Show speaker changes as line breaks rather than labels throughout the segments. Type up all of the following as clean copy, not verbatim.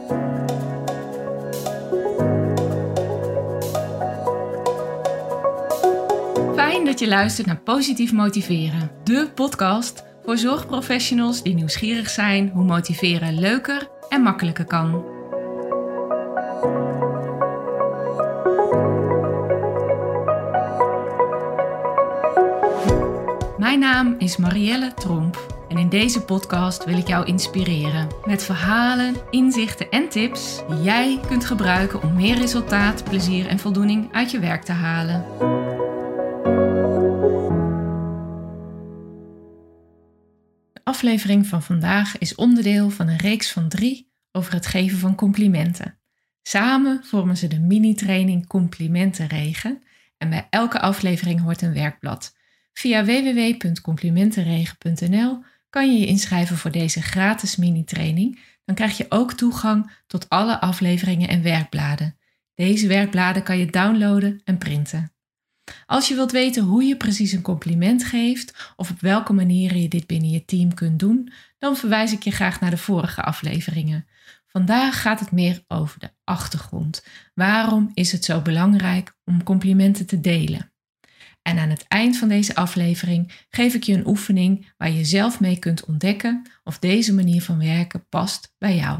Fijn dat je luistert naar Positief Motiveren, de podcast voor zorgprofessionals die nieuwsgierig zijn hoe motiveren leuker en makkelijker kan. Mijn naam is Marielle Tromp en in deze podcast wil ik jou inspireren met verhalen, inzichten en tips die jij kunt gebruiken om meer resultaat, plezier en voldoening uit je werk te halen. De aflevering van vandaag is onderdeel van een reeks van 3 over het geven van complimenten. Samen vormen ze de mini-training Complimentenregen en bij elke aflevering hoort een werkblad. Via www.complimentenregen.nl kan je je inschrijven voor deze gratis mini-training. Dan krijg je ook toegang tot alle afleveringen en werkbladen. Deze werkbladen kan je downloaden en printen. Als je wilt weten hoe je precies een compliment geeft of op welke manieren je dit binnen je team kunt doen, dan verwijs ik je graag naar de vorige afleveringen. Vandaag gaat het meer over de achtergrond. Waarom is het zo belangrijk om complimenten te delen? En aan het eind van deze aflevering geef ik je een oefening waar je zelf mee kunt ontdekken of deze manier van werken past bij jou.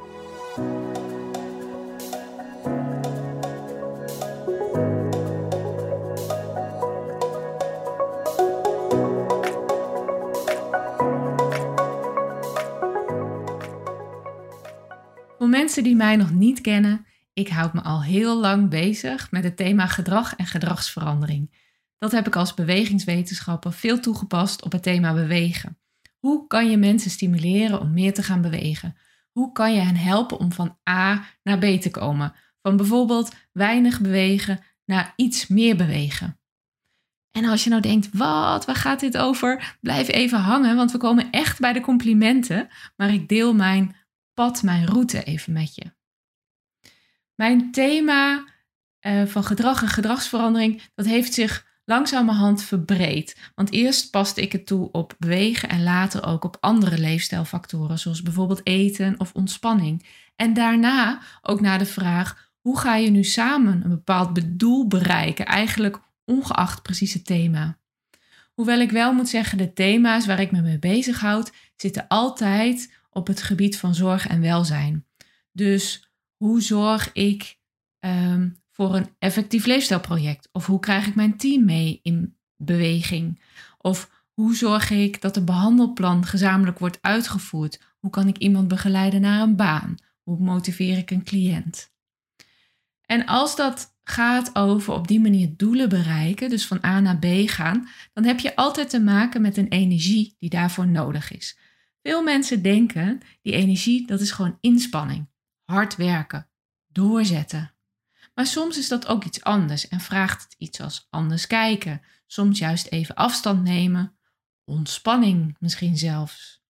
Voor mensen die mij nog niet kennen, ik houd me al heel lang bezig met het thema gedrag en gedragsverandering. Dat heb ik als bewegingswetenschapper veel toegepast op het thema bewegen. Hoe kan je mensen stimuleren om meer te gaan bewegen? Hoe kan je hen helpen om van A naar B te komen? Van bijvoorbeeld weinig bewegen naar iets meer bewegen. En als je nou denkt, waar gaat dit over? Blijf even hangen, want we komen echt bij de complimenten. Maar ik deel mijn pad, mijn route even met je. Mijn thema van gedrag en gedragsverandering, dat heeft zich langzamerhand verbreed. Want eerst paste ik het toe op bewegen en later ook op andere leefstijlfactoren, zoals bijvoorbeeld eten of ontspanning. En daarna ook naar de vraag, hoe ga je nu samen een bepaald doel bereiken? Eigenlijk ongeacht precies het thema. Hoewel ik wel moet zeggen, de thema's waar ik me mee bezighoud, zitten altijd op het gebied van zorg en welzijn. Dus hoe zorg ik voor een effectief leefstijlproject? Of hoe krijg ik mijn team mee in beweging? Of hoe zorg ik dat een behandelplan gezamenlijk wordt uitgevoerd? Hoe kan ik iemand begeleiden naar een baan? Hoe motiveer ik een cliënt? En als dat gaat over op die manier doelen bereiken, dus van A naar B gaan, dan heb je altijd te maken met een energie die daarvoor nodig is. Veel mensen denken, die energie, dat is gewoon inspanning, hard werken, doorzetten. Maar soms is dat ook iets anders en vraagt het iets als anders kijken. Soms juist even afstand nemen, ontspanning misschien zelfs.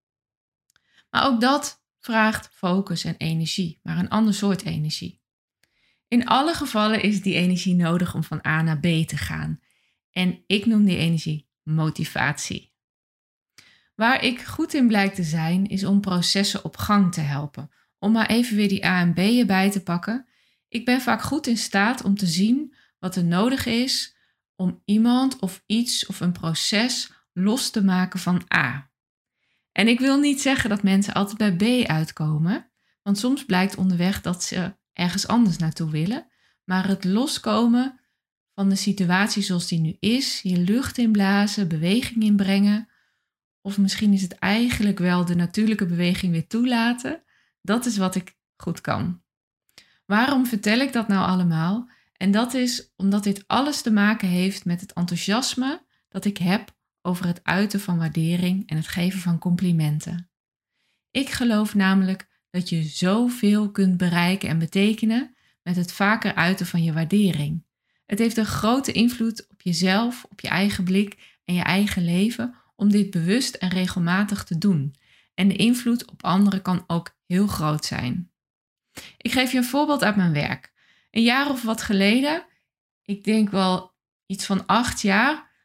Maar ook dat vraagt focus en energie, maar een ander soort energie. In alle gevallen is die energie nodig om van A naar B te gaan. En ik noem die energie motivatie. Waar ik goed in blijk te zijn, is om processen op gang te helpen. Om maar even weer die A en B erbij te pakken. Ik ben vaak goed in staat om te zien wat er nodig is om iemand of iets of een proces los te maken van A. En ik wil niet zeggen dat mensen altijd bij B uitkomen, want soms blijkt onderweg dat ze ergens anders naartoe willen. Maar het loskomen van de situatie zoals die nu is, je lucht inblazen, beweging inbrengen, of misschien is het eigenlijk wel de natuurlijke beweging weer toelaten, dat is wat ik goed kan. Waarom vertel ik dat nou allemaal? En dat is omdat dit alles te maken heeft met het enthousiasme dat ik heb over het uiten van waardering en het geven van complimenten. Ik geloof namelijk dat je zoveel kunt bereiken en betekenen met het vaker uiten van je waardering. Het heeft een grote invloed op jezelf, op je eigen blik en je eigen leven om dit bewust en regelmatig te doen. En de invloed op anderen kan ook heel groot zijn. Ik geef je een voorbeeld uit mijn werk. Een jaar of wat geleden, ik denk wel iets van 8 jaar,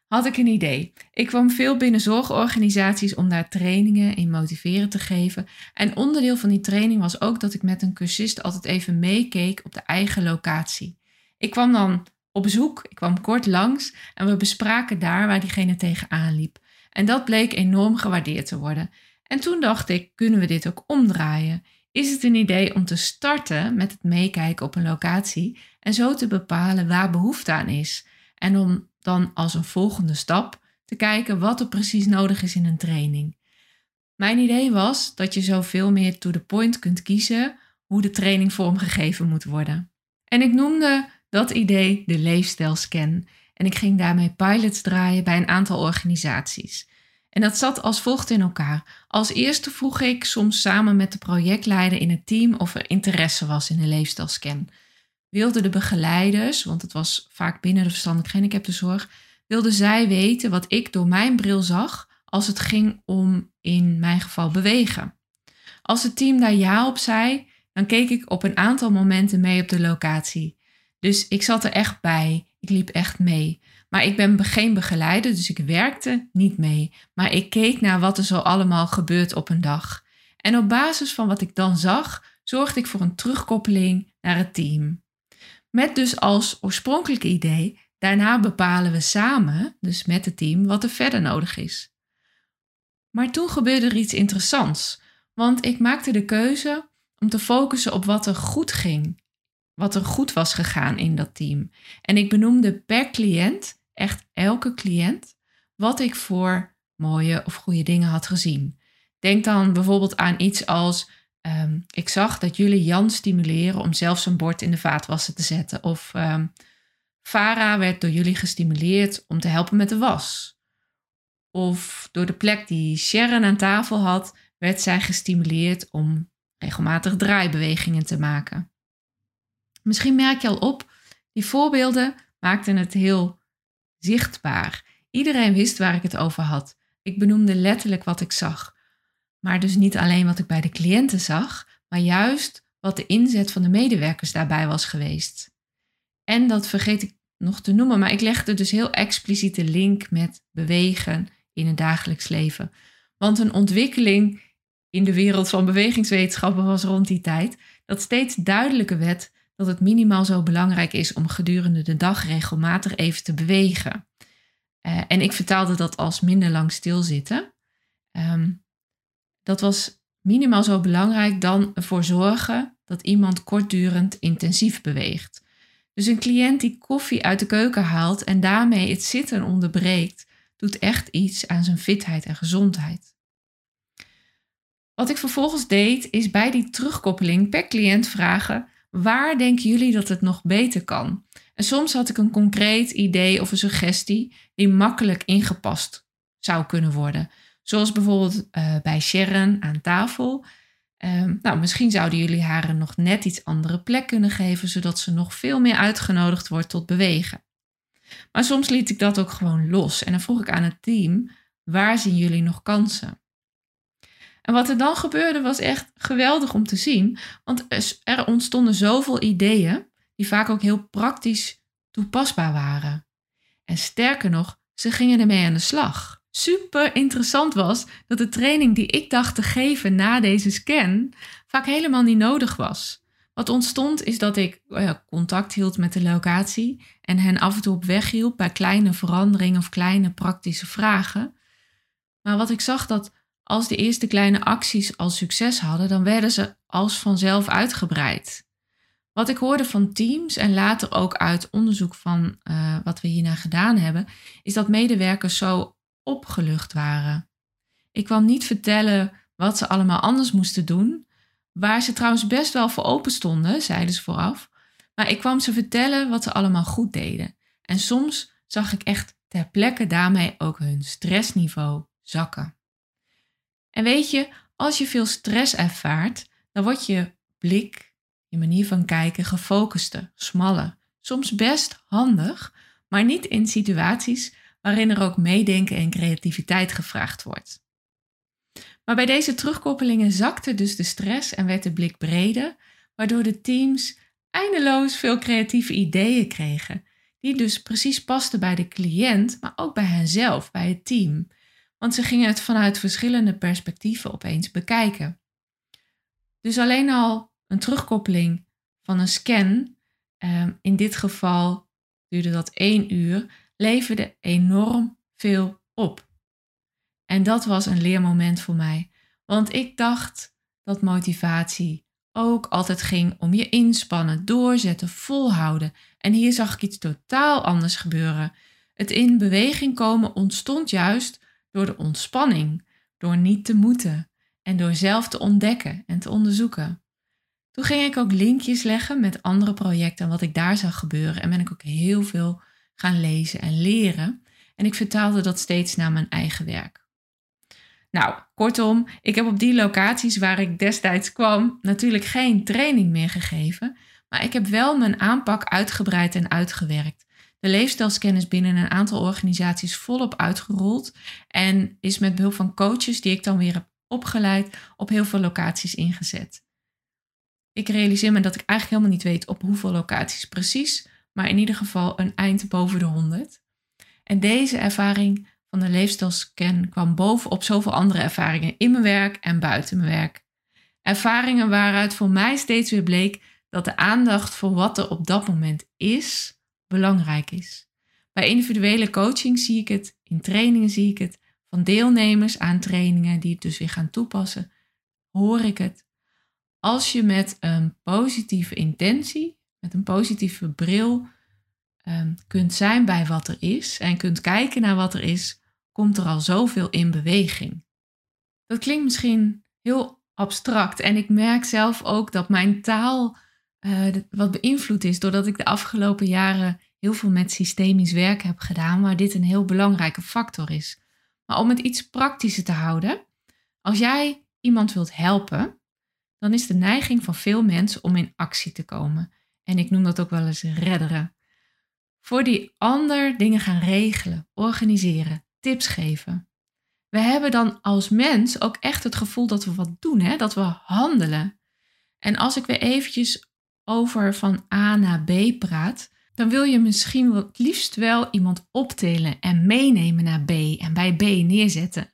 had ik een idee. Ik kwam veel binnen zorgorganisaties om daar trainingen in motiveren te geven. En onderdeel van die training was ook dat ik met een cursist altijd even meekeek op de eigen locatie. Ik kwam dan op bezoek, ik kwam kort langs en we bespraken daar waar diegene tegenaan liep. En dat bleek enorm gewaardeerd te worden. En toen dacht ik, kunnen we dit ook omdraaien? Is het een idee om te starten met het meekijken op een locatie en zo te bepalen waar behoefte aan is? En om dan als een volgende stap te kijken wat er precies nodig is in een training. Mijn idee was dat je zo veel meer to the point kunt kiezen hoe de training vormgegeven moet worden. En ik noemde dat idee de leefstijlscan. En ik ging daarmee pilots draaien bij een aantal organisaties. En dat zat als volgt in elkaar. Als eerste vroeg ik soms samen met de projectleider in het team of er interesse was in de leefstijlscan. Wilden de begeleiders, want het was vaak binnen de verstandelijke gehandicaptenzorg, wilden zij weten wat ik door mijn bril zag als het ging om, in mijn geval, bewegen. Als het team daar ja op zei, dan keek ik op een aantal momenten mee op de locatie. Dus ik zat er echt bij, ik liep echt mee. Maar ik ben geen begeleider, dus ik werkte niet mee. Maar ik keek naar wat er zo allemaal gebeurt op een dag. En op basis van wat ik dan zag, zorgde ik voor een terugkoppeling naar het team. Met dus als oorspronkelijke idee, daarna bepalen we samen, dus met het team, wat er verder nodig is. Maar toen gebeurde er iets interessants, want ik maakte de keuze om te focussen op wat er goed ging, wat er goed was gegaan in dat team. En ik benoemde per cliënt, echt elke cliënt, wat ik voor mooie of goede dingen had gezien. Denk dan bijvoorbeeld aan iets als, ik zag dat jullie Jan stimuleren om zelf zijn bord in de vaatwasser te zetten. Of Farah werd door jullie gestimuleerd om te helpen met de was. Of door de plek die Sharon aan tafel had, werd zij gestimuleerd om regelmatig draaibewegingen te maken. Misschien merk je al op, die voorbeelden maakten het heel zichtbaar. Iedereen wist waar ik het over had. Ik benoemde letterlijk wat ik zag. Maar dus niet alleen wat ik bij de cliënten zag, maar juist wat de inzet van de medewerkers daarbij was geweest. En dat vergeet ik nog te noemen, maar ik legde dus heel expliciet de link met bewegen in het dagelijks leven. Want een ontwikkeling in de wereld van bewegingswetenschappen was rond die tijd dat steeds duidelijker werd dat het minimaal zo belangrijk is om gedurende de dag regelmatig even te bewegen. En ik vertaalde dat als minder lang stilzitten. Dat was minimaal zo belangrijk dan ervoor zorgen dat iemand kortdurend intensief beweegt. Dus een cliënt die koffie uit de keuken haalt en daarmee het zitten onderbreekt, doet echt iets aan zijn fitheid en gezondheid. Wat ik vervolgens deed, is bij die terugkoppeling per cliënt vragen: waar denken jullie dat het nog beter kan? En soms had ik een concreet idee of een suggestie die makkelijk ingepast zou kunnen worden. Zoals bijvoorbeeld bij Sharon aan tafel. Misschien zouden jullie haar een nog net iets andere plek kunnen geven, zodat ze nog veel meer uitgenodigd wordt tot bewegen. Maar soms liet ik dat ook gewoon los en dan vroeg ik aan het team: waar zien jullie nog kansen? En wat er dan gebeurde was echt geweldig om te zien, want er ontstonden zoveel ideeën die vaak ook heel praktisch toepasbaar waren. En sterker nog, ze gingen ermee aan de slag. Super interessant was dat de training die ik dacht te geven na deze scan vaak helemaal niet nodig was. Wat ontstond is dat ik contact hield met de locatie en hen af en toe op weg hielp bij kleine veranderingen of kleine praktische vragen. Maar wat ik zag, dat als de eerste kleine acties al succes hadden, dan werden ze als vanzelf uitgebreid. Wat ik hoorde van teams en later ook uit onderzoek van wat we hierna gedaan hebben, is dat medewerkers zo opgelucht waren. Ik kwam niet vertellen wat ze allemaal anders moesten doen, waar ze trouwens best wel voor open stonden, zeiden ze vooraf. Maar ik kwam ze vertellen wat ze allemaal goed deden. En soms zag ik echt ter plekke daarmee ook hun stressniveau zakken. En weet je, als je veel stress ervaart, dan wordt je blik, je manier van kijken gefocuster, smaller. Soms best handig, maar niet in situaties waarin er ook meedenken en creativiteit gevraagd wordt. Maar bij deze terugkoppelingen zakte dus de stress en werd de blik breder, waardoor de teams eindeloos veel creatieve ideeën kregen, die dus precies paste bij de cliënt, maar ook bij henzelf, bij het team. Want ze gingen het vanuit verschillende perspectieven opeens bekijken. Dus alleen al een terugkoppeling van een scan, in dit geval duurde dat 1 uur, leverde enorm veel op. En dat was een leermoment voor mij. Want ik dacht dat motivatie ook altijd ging om je inspannen, doorzetten, volhouden. En hier zag ik iets totaal anders gebeuren. Het in beweging komen ontstond juist door de ontspanning, door niet te moeten en door zelf te ontdekken en te onderzoeken. Toen ging ik ook linkjes leggen met andere projecten en wat ik daar zag gebeuren en ben ik ook heel veel gaan lezen en leren. En ik vertaalde dat steeds naar mijn eigen werk. Nou, kortom, ik heb op die locaties waar ik destijds kwam natuurlijk geen training meer gegeven, maar ik heb wel mijn aanpak uitgebreid en uitgewerkt. De leefstijlscan is binnen een aantal organisaties volop uitgerold en is met behulp van coaches die ik dan weer heb opgeleid op heel veel locaties ingezet. Ik realiseer me dat ik eigenlijk helemaal niet weet op hoeveel locaties precies, maar in ieder geval een eind boven de 100. En deze ervaring van de leefstijlscan kwam bovenop zoveel andere ervaringen in mijn werk en buiten mijn werk. Ervaringen waaruit voor mij steeds weer bleek dat de aandacht voor wat er op dat moment is, belangrijk is. Bij individuele coaching zie ik het, in trainingen zie ik het, van deelnemers aan trainingen die het dus weer gaan toepassen, hoor ik het. Als je met een positieve intentie, met een positieve bril kunt zijn bij wat er is en kunt kijken naar wat er is, komt er al zoveel in beweging. Dat klinkt misschien heel abstract en ik merk zelf ook dat mijn taal wat beïnvloed is doordat ik de afgelopen jaren heel veel met systemisch werk heb gedaan, waar dit een heel belangrijke factor is. Maar om het iets praktischer te houden, als jij iemand wilt helpen, dan is de neiging van veel mensen om in actie te komen. En ik noem dat ook wel eens redderen. Voor die ander dingen gaan regelen, organiseren, tips geven. We hebben dan als mens ook echt het gevoel dat we wat doen, hè? Dat we handelen. En als ik weer eventjes over van A naar B praat, dan wil je misschien het liefst wel iemand optillen en meenemen naar B en bij B neerzetten.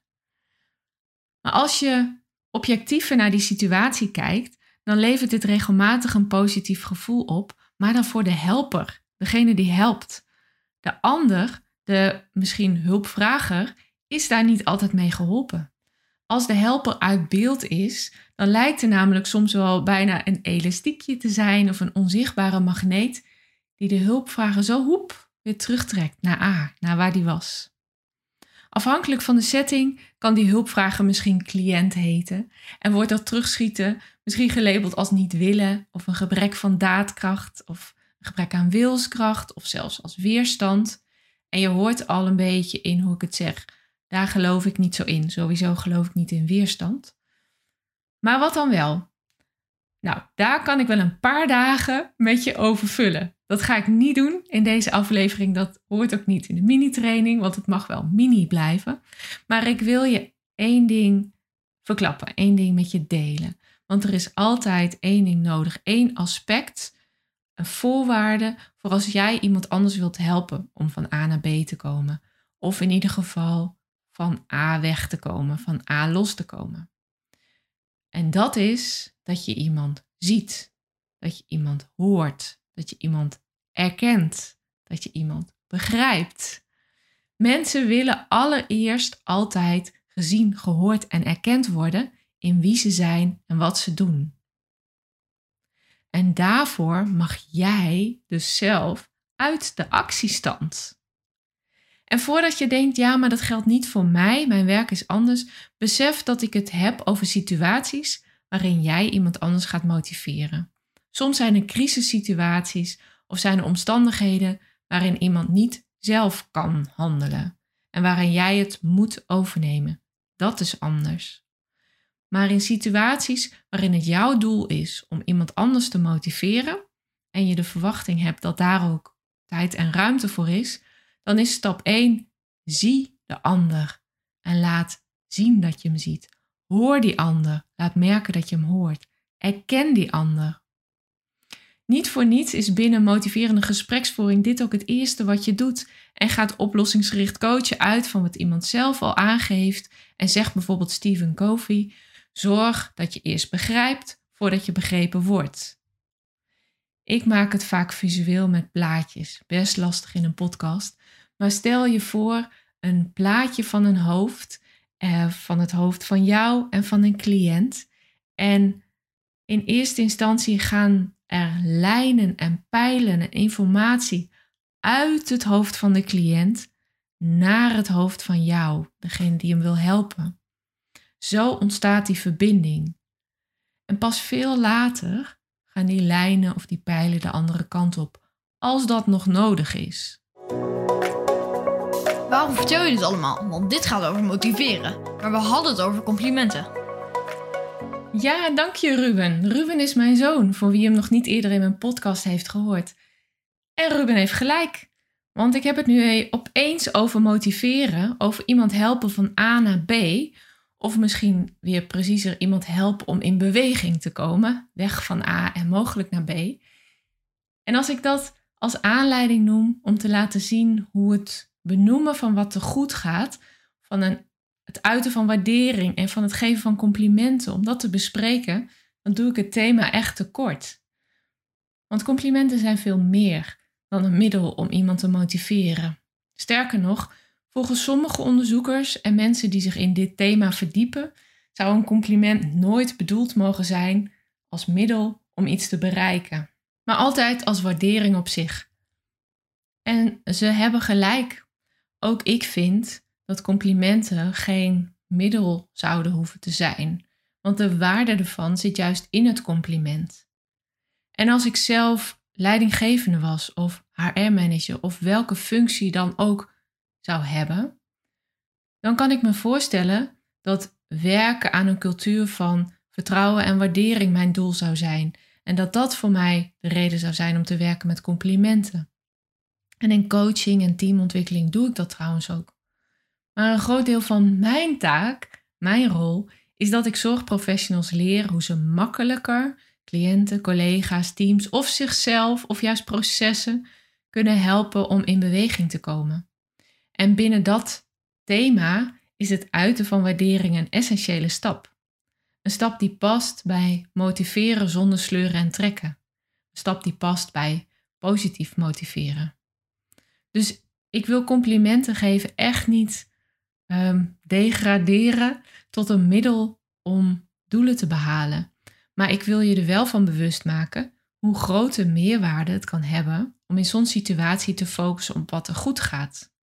Maar als je objectiever naar die situatie kijkt, dan levert dit regelmatig een positief gevoel op, maar dan voor de helper, degene die helpt. De ander, de misschien hulpvrager, is daar niet altijd mee geholpen. Als de helper uit beeld is, dan lijkt er namelijk soms wel bijna een elastiekje te zijn of een onzichtbare magneet die de hulpvrager zo weer terugtrekt naar A, naar waar die was. Afhankelijk van de setting kan die hulpvrager misschien cliënt heten en wordt dat terugschieten misschien gelabeld als niet willen of een gebrek van daadkracht of een gebrek aan wilskracht of zelfs als weerstand. En je hoort al een beetje in hoe ik het zeg. Daar geloof ik niet zo in. Sowieso geloof ik niet in weerstand. Maar wat dan wel? Nou, daar kan ik wel een paar dagen met je over vullen. Dat ga ik niet doen in deze aflevering. Dat hoort ook niet in de mini-training, want het mag wel mini blijven. Maar ik wil je 1 ding verklappen, 1 ding met je delen. Want er is altijd 1 ding nodig, 1 aspect, een voorwaarde voor als jij iemand anders wilt helpen om van A naar B te komen. Of in ieder geval van A weg te komen, van A los te komen. En dat is dat je iemand ziet, dat je iemand hoort, dat je iemand erkent, dat je iemand begrijpt. Mensen willen allereerst altijd gezien, gehoord en erkend worden in wie ze zijn en wat ze doen. En daarvoor mag jij dus zelf uit de actiestand. En voordat je denkt, ja, maar dat geldt niet voor mij, mijn werk is anders, besef dat ik het heb over situaties waarin jij iemand anders gaat motiveren. Soms zijn er crisissituaties of zijn er omstandigheden waarin iemand niet zelf kan handelen en waarin jij het moet overnemen. Dat is anders. Maar in situaties waarin het jouw doel is om iemand anders te motiveren en je de verwachting hebt dat daar ook tijd en ruimte voor is, dan is stap 1, zie de ander en laat zien dat je hem ziet. Hoor die ander, laat merken dat je hem hoort. Erken die ander. Niet voor niets is binnen motiverende gespreksvoering dit ook het eerste wat je doet en gaat oplossingsgericht coachen uit van wat iemand zelf al aangeeft en zegt bijvoorbeeld Stephen Covey: zorg dat je eerst begrijpt voordat je begrepen wordt. Ik maak het vaak visueel met plaatjes, best lastig in een podcast, maar stel je voor een plaatje van een hoofd, van het hoofd van jou en van een cliënt. En in eerste instantie gaan er lijnen en pijlen en informatie uit het hoofd van de cliënt naar het hoofd van jou, degene die hem wil helpen. Zo ontstaat die verbinding. En pas veel later gaan die lijnen of die pijlen de andere kant op, als dat nog nodig is.
Waarom vertel je dit allemaal? Want dit gaat over motiveren. Maar we hadden het over complimenten.
Ja, dank je Ruben. Ruben is mijn zoon, voor wie hem nog niet eerder in mijn podcast heeft gehoord. En Ruben heeft gelijk. Want ik heb het nu opeens over motiveren, over iemand helpen van A naar B. Of misschien weer preciezer iemand helpen om in beweging te komen. Weg van A en mogelijk naar B. En als ik dat als aanleiding noem om te laten zien hoe het benoemen van wat te goed gaat, van het uiten van waardering en van het geven van complimenten, om dat te bespreken, dan doe ik het thema echt tekort. Want complimenten zijn veel meer dan een middel om iemand te motiveren. Sterker nog, volgens sommige onderzoekers en mensen die zich in dit thema verdiepen, zou een compliment nooit bedoeld mogen zijn als middel om iets te bereiken, maar altijd als waardering op zich. En ze hebben gelijk. Ook ik vind dat complimenten geen middel zouden hoeven te zijn, want de waarde ervan zit juist in het compliment. En als ik zelf leidinggevende was of HR-manager of welke functie dan ook zou hebben, dan kan ik me voorstellen dat werken aan een cultuur van vertrouwen en waardering mijn doel zou zijn en dat dat voor mij de reden zou zijn om te werken met complimenten. En in coaching en teamontwikkeling doe ik dat trouwens ook. Maar een groot deel van mijn taak, mijn rol, is dat ik zorgprofessionals leer hoe ze makkelijker cliënten, collega's, teams of zichzelf of juist processen kunnen helpen om in beweging te komen. En binnen dat thema is het uiten van waardering een essentiële stap. Een stap die past bij motiveren zonder sleuren en trekken. Een stap die past bij positief motiveren. Dus ik wil complimenten geven echt niet degraderen tot een middel om doelen te behalen. Maar ik wil je er wel van bewust maken hoe grote meerwaarde het kan hebben om in zo'n situatie te focussen op wat er goed gaat.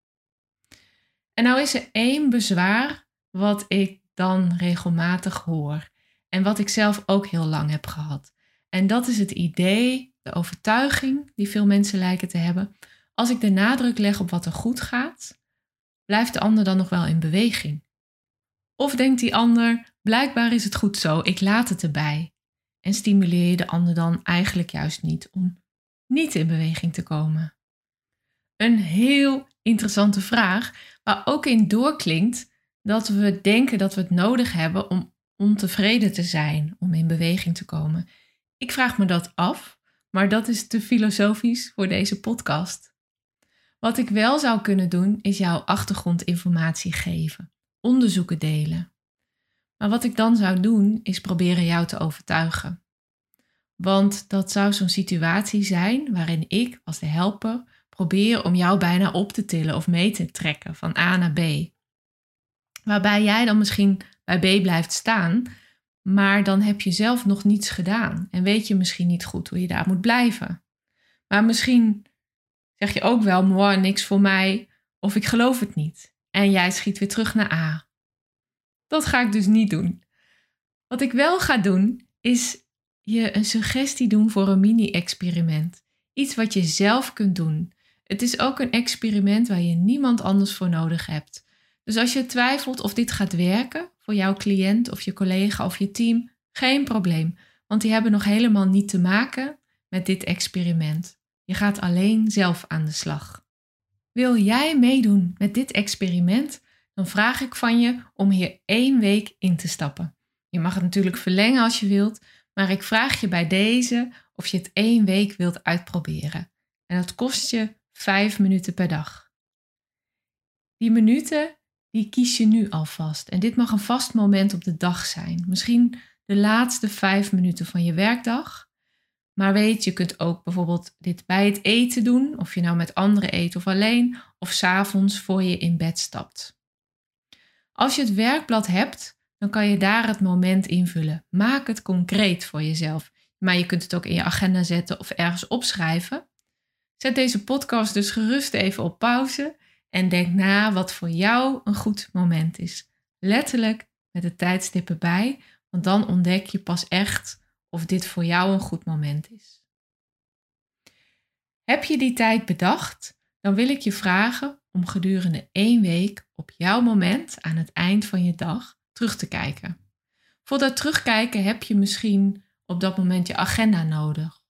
En nou is er één bezwaar wat ik dan regelmatig hoor en wat ik zelf ook heel lang heb gehad. En dat is het idee, de overtuiging die veel mensen lijken te hebben: als ik de nadruk leg op wat er goed gaat, blijft de ander dan nog wel in beweging? Of denkt die ander, blijkbaar is het goed zo, ik laat het erbij. En stimuleer je de ander dan eigenlijk juist niet om niet in beweging te komen? Een heel interessante vraag, waar ook in doorklinkt dat we denken dat we het nodig hebben om ontevreden te zijn, om in beweging te komen. Ik vraag me dat af, maar dat is te filosofisch voor deze podcast. Wat ik wel zou kunnen doen, is jouw achtergrondinformatie geven, onderzoeken delen. Maar wat ik dan zou doen, is proberen jou te overtuigen. Want dat zou zo'n situatie zijn waarin ik als de helper probeer om jou bijna op te tillen of mee te trekken van A naar B. Waarbij jij dan misschien bij B blijft staan, maar dan heb je zelf nog niets gedaan en weet je misschien niet goed hoe je daar moet blijven. Maar misschien zeg je ook wel, niks voor mij, of ik geloof het niet. En jij schiet weer terug naar A. Dat ga ik dus niet doen. Wat ik wel ga doen, is je een suggestie doen voor een mini-experiment. Iets wat je zelf kunt doen. Het is ook een experiment waar je niemand anders voor nodig hebt. Dus als je twijfelt of dit gaat werken voor jouw cliënt of je collega of je team, geen probleem. Want die hebben nog helemaal niet te maken met dit experiment. Je gaat alleen zelf aan de slag. Wil jij meedoen met dit experiment? Dan vraag ik van je om hier 1 week in te stappen. Je mag het natuurlijk verlengen als je wilt, Maar ik vraag je bij deze of je het 1 week wilt uitproberen. En dat kost je 5 minuten per dag. Die minuten, die kies je nu alvast. En dit mag een vast moment op de dag zijn. Misschien de laatste 5 minuten van je werkdag. Maar weet, je kunt ook bijvoorbeeld dit bij het eten doen. Of je nou met anderen eet of alleen. Of 's avonds voor je in bed stapt. Als je het werkblad hebt, dan kan je daar het moment invullen. Maak het concreet voor jezelf. Maar je kunt het ook in je agenda zetten of ergens opschrijven. Zet deze podcast dus gerust even op pauze en denk na wat voor jou een goed moment is. Letterlijk met de tijdstippen bij, want dan ontdek je pas echt of dit voor jou een goed moment is. Heb je die tijd bedacht, dan wil ik je vragen om gedurende 1 week op jouw moment aan het eind van je dag terug te kijken. Voor dat terugkijken heb je misschien op dat moment je agenda nodig.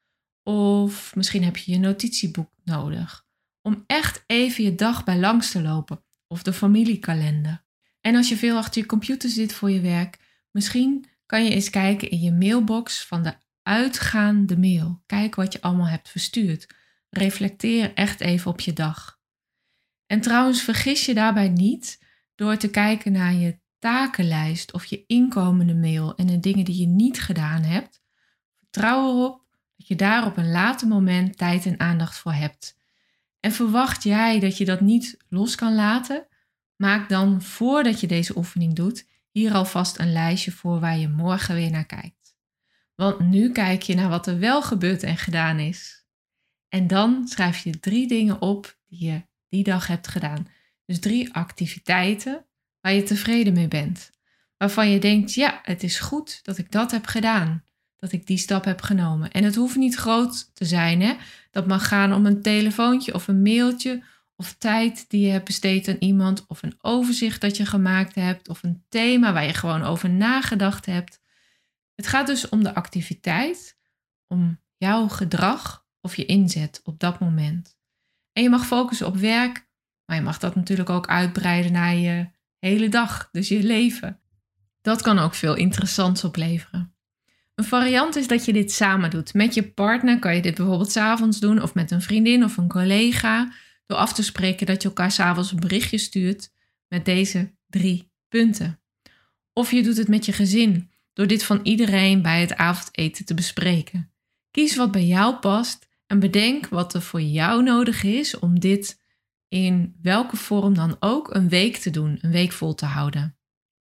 Of misschien heb je je notitieboek nodig. Om echt even je dag bij langs te lopen. Of de familiekalender. En als je veel achter je computer zit voor je werk, misschien kan je eens kijken in je mailbox van de uitgaande mail. Kijk wat je allemaal hebt verstuurd. Reflecteer echt even op je dag. En trouwens, vergis je daarbij niet door te kijken naar je takenlijst of je inkomende mail en de dingen die je niet gedaan hebt. Vertrouw erop dat je daar op een later moment tijd en aandacht voor hebt. En verwacht jij dat je dat niet los kan laten? Maak dan, voordat je deze oefening doet, hier alvast een lijstje voor waar je morgen weer naar kijkt. Want nu kijk je naar wat er wel gebeurd en gedaan is. En dan schrijf je 3 dingen op die je die dag hebt gedaan. Dus 3 activiteiten waar je tevreden mee bent. Waarvan je denkt, ja, het is goed dat ik dat heb gedaan. Dat ik die stap heb genomen. En het hoeft niet groot te zijn, hè. Dat mag gaan om een telefoontje of een mailtje. Of tijd die je hebt besteed aan iemand. Of een overzicht dat je gemaakt hebt. Of een thema waar je gewoon over nagedacht hebt. Het gaat dus om de activiteit. Om jouw gedrag of je inzet op dat moment. En je mag focussen op werk. Maar je mag dat natuurlijk ook uitbreiden naar je hele dag. Dus je leven. Dat kan ook veel interessants opleveren. Een variant is dat je dit samen doet. Met je partner kan je dit bijvoorbeeld 's avonds doen of met een vriendin of een collega. Door af te spreken dat je elkaar 's avonds een berichtje stuurt met deze 3 punten. Of je doet het met je gezin door dit van iedereen bij het avondeten te bespreken. Kies wat bij jou past en bedenk wat er voor jou nodig is om dit in welke vorm dan ook een week te doen, een week vol te houden.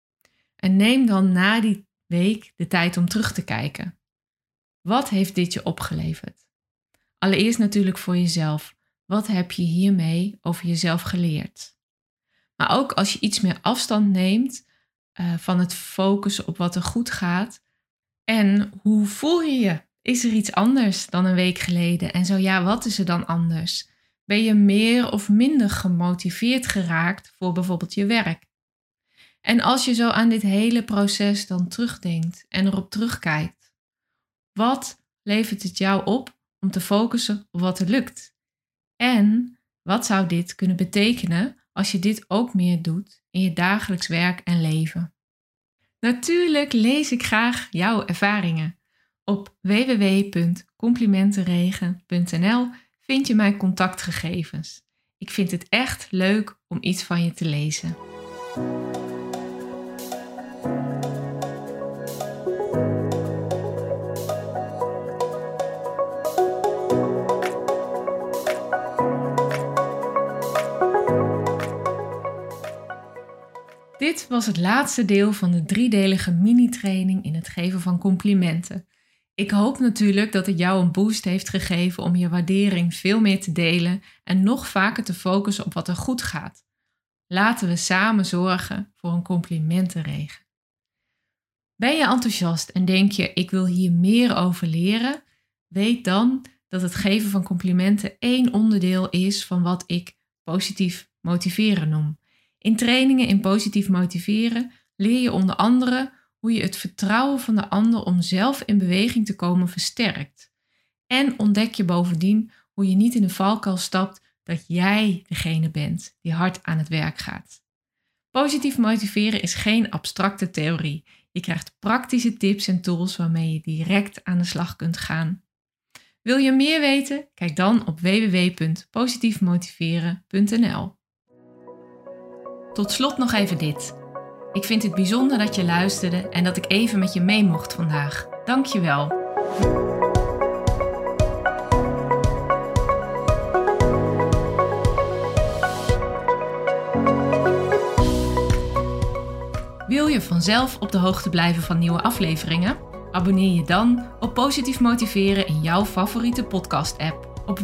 En neem dan na die week de tijd om terug te kijken. Wat heeft dit je opgeleverd? Allereerst natuurlijk voor jezelf. Wat heb je hiermee over jezelf geleerd? Maar ook als je iets meer afstand neemt van het focussen op wat er goed gaat. En hoe voel je je? Is er iets anders dan een week geleden? En zo ja, wat is er dan anders? Ben je meer of minder gemotiveerd geraakt voor bijvoorbeeld je werk? En als je zo aan dit hele proces dan terugdenkt en erop terugkijkt, wat levert het jou op om te focussen op wat er lukt? En wat zou dit kunnen betekenen als je dit ook meer doet in je dagelijks werk en leven? Natuurlijk lees ik graag jouw ervaringen. Op www.complimentenregen.nl vind je mijn contactgegevens. Ik vind het echt leuk om iets van je te lezen. Dit was het laatste deel van de 3-delige mini-training in het geven van complimenten. Ik hoop natuurlijk dat het jou een boost heeft gegeven om je waardering veel meer te delen en nog vaker te focussen op wat er goed gaat. Laten we samen zorgen voor een complimentenregen. Ben je enthousiast en denk je, ik wil hier meer over leren? Weet dan dat het geven van complimenten 1 onderdeel is van wat ik positief motiveren noem. In trainingen in positief motiveren leer je onder andere hoe je het vertrouwen van de ander om zelf in beweging te komen versterkt. En ontdek je bovendien hoe je niet in de valkuil stapt dat jij degene bent die hard aan het werk gaat. Positief motiveren is geen abstracte theorie. Je krijgt praktische tips en tools waarmee je direct aan de slag kunt gaan. Wil je meer weten? Kijk dan op www.positiefmotiveren.nl. Tot slot nog even dit. Ik vind het bijzonder dat je luisterde en dat ik even met je mee mocht vandaag. Dank je wel. Wil je vanzelf op de hoogte blijven van nieuwe afleveringen? Abonneer je dan op Positief Motiveren in jouw favoriete podcast-app. Op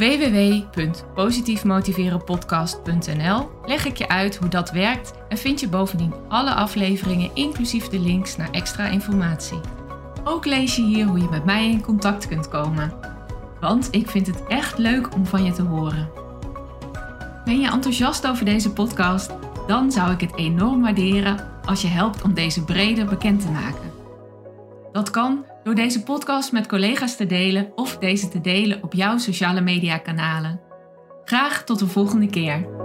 www.positiefmotiverenpodcast.nl leg ik je uit hoe dat werkt en vind je bovendien alle afleveringen inclusief de links naar extra informatie. Ook lees je hier hoe je met mij in contact kunt komen. Want ik vind het echt leuk om van je te horen. Ben je enthousiast over deze podcast? Dan zou ik het enorm waarderen als je helpt om deze breder bekend te maken. Dat kan door deze podcast met collega's te delen of deze te delen op jouw sociale media kanalen. Graag tot de volgende keer.